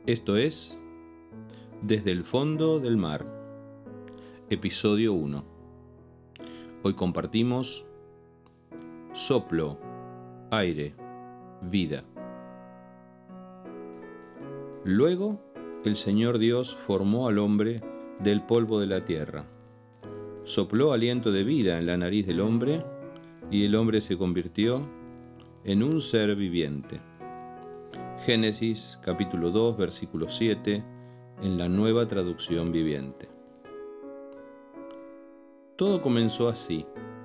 Esto es Desde el fondo del mar, episodio 1. Hoy compartimos soplo, aire, vida. Luego el Señor Dios formó al hombre del polvo de la tierra. Sopló aliento de vida en la nariz del hombre y el hombre se convirtió en un ser viviente. Génesis capítulo 2, versículo 7, en la Nueva Traducción Viviente. Todo comenzó así.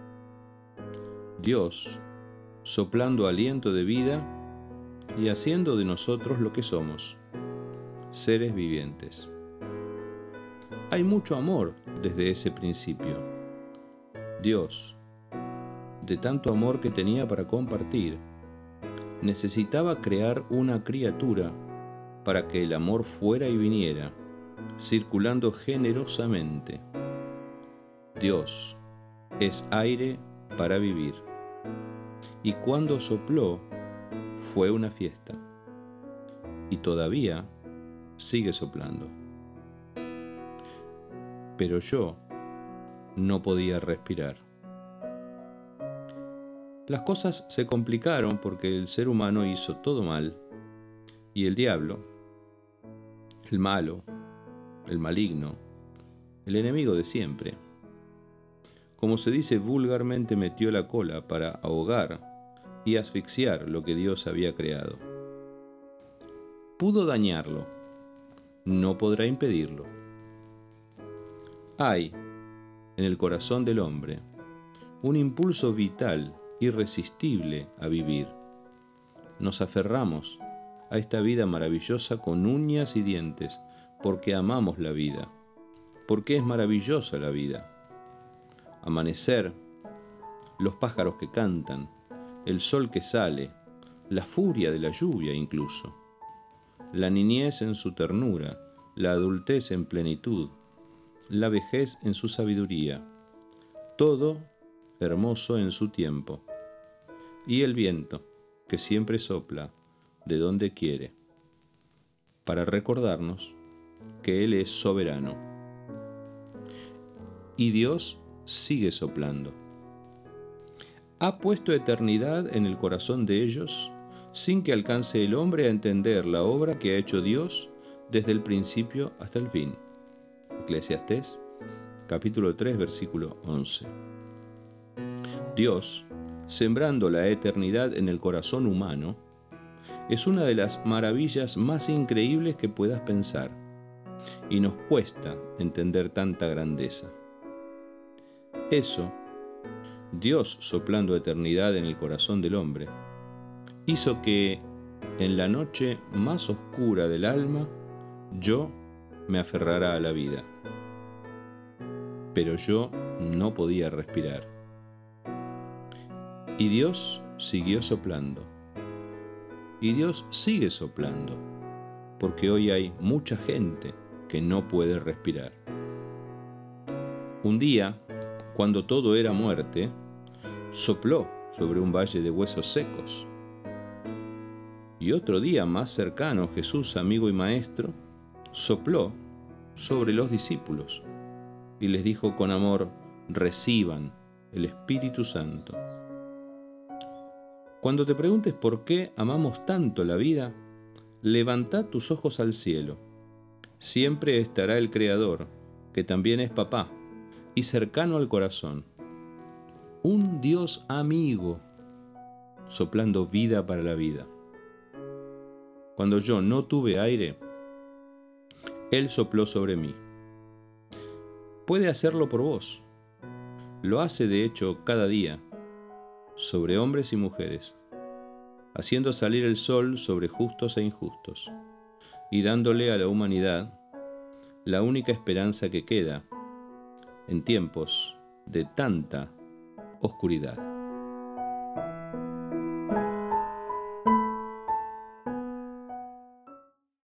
Dios, soplando aliento de vida y haciendo de nosotros lo que somos, seres vivientes. Hay mucho amor desde ese principio. Dios, de tanto amor que tenía para compartir, necesitaba crear una criatura para que el amor fuera y viniera, circulando generosamente. Dios es aire para vivir. Y cuando sopló, fue una fiesta. Y todavía sigue soplando. Pero yo no podía respirar. Las cosas se complicaron porque el ser humano hizo todo mal y el diablo, el malo, el maligno, el enemigo de siempre, como se dice vulgarmente, metió la cola para ahogar y asfixiar lo que Dios había creado. Pudo dañarlo, no podrá impedirlo. Hay en el corazón del hombre un impulso vital irresistible a vivir. Nos aferramos a esta vida maravillosa con uñas y dientes porque amamos la vida, porque es maravillosa la vida. Amanecer, los pájaros que cantan, el sol que sale, la furia de la lluvia incluso, la niñez en su ternura, la adultez en plenitud, la vejez en su sabiduría, todo hermoso en su tiempo, y el viento que siempre sopla de donde quiere, para recordarnos que Él es soberano. Y Dios sigue soplando. Ha puesto eternidad en el corazón de ellos sin que alcance el hombre a entender la obra que ha hecho Dios desde el principio hasta el fin. Eclesiastés capítulo 3, versículo 11. Dios, sembrando la eternidad en el corazón humano, es una de las maravillas más increíbles que puedas pensar, y nos cuesta entender tanta grandeza. Eso, Dios soplando eternidad en el corazón del hombre, hizo que, en la noche más oscura del alma, yo me aferrara a la vida. Pero yo no podía respirar. Y Dios siguió soplando. Y Dios sigue soplando, porque hoy hay mucha gente que no puede respirar. Un día, cuando todo era muerte, sopló sobre un valle de huesos secos. Y otro día más cercano, Jesús, amigo y maestro, sopló sobre los discípulos y les dijo con amor: reciban el Espíritu Santo. Cuando te preguntes por qué amamos tanto la vida, levanta tus ojos al cielo. Siempre estará el Creador, que también es papá, y cercano al corazón. Un Dios amigo, soplando vida para la vida. Cuando yo no tuve aire, Él sopló sobre mí. Puede hacerlo por vos. Lo hace de hecho cada día, sobre hombres y mujeres, haciendo salir el sol sobre justos e injustos, y dándole a la humanidad la única esperanza que queda en tiempos de tanta oscuridad.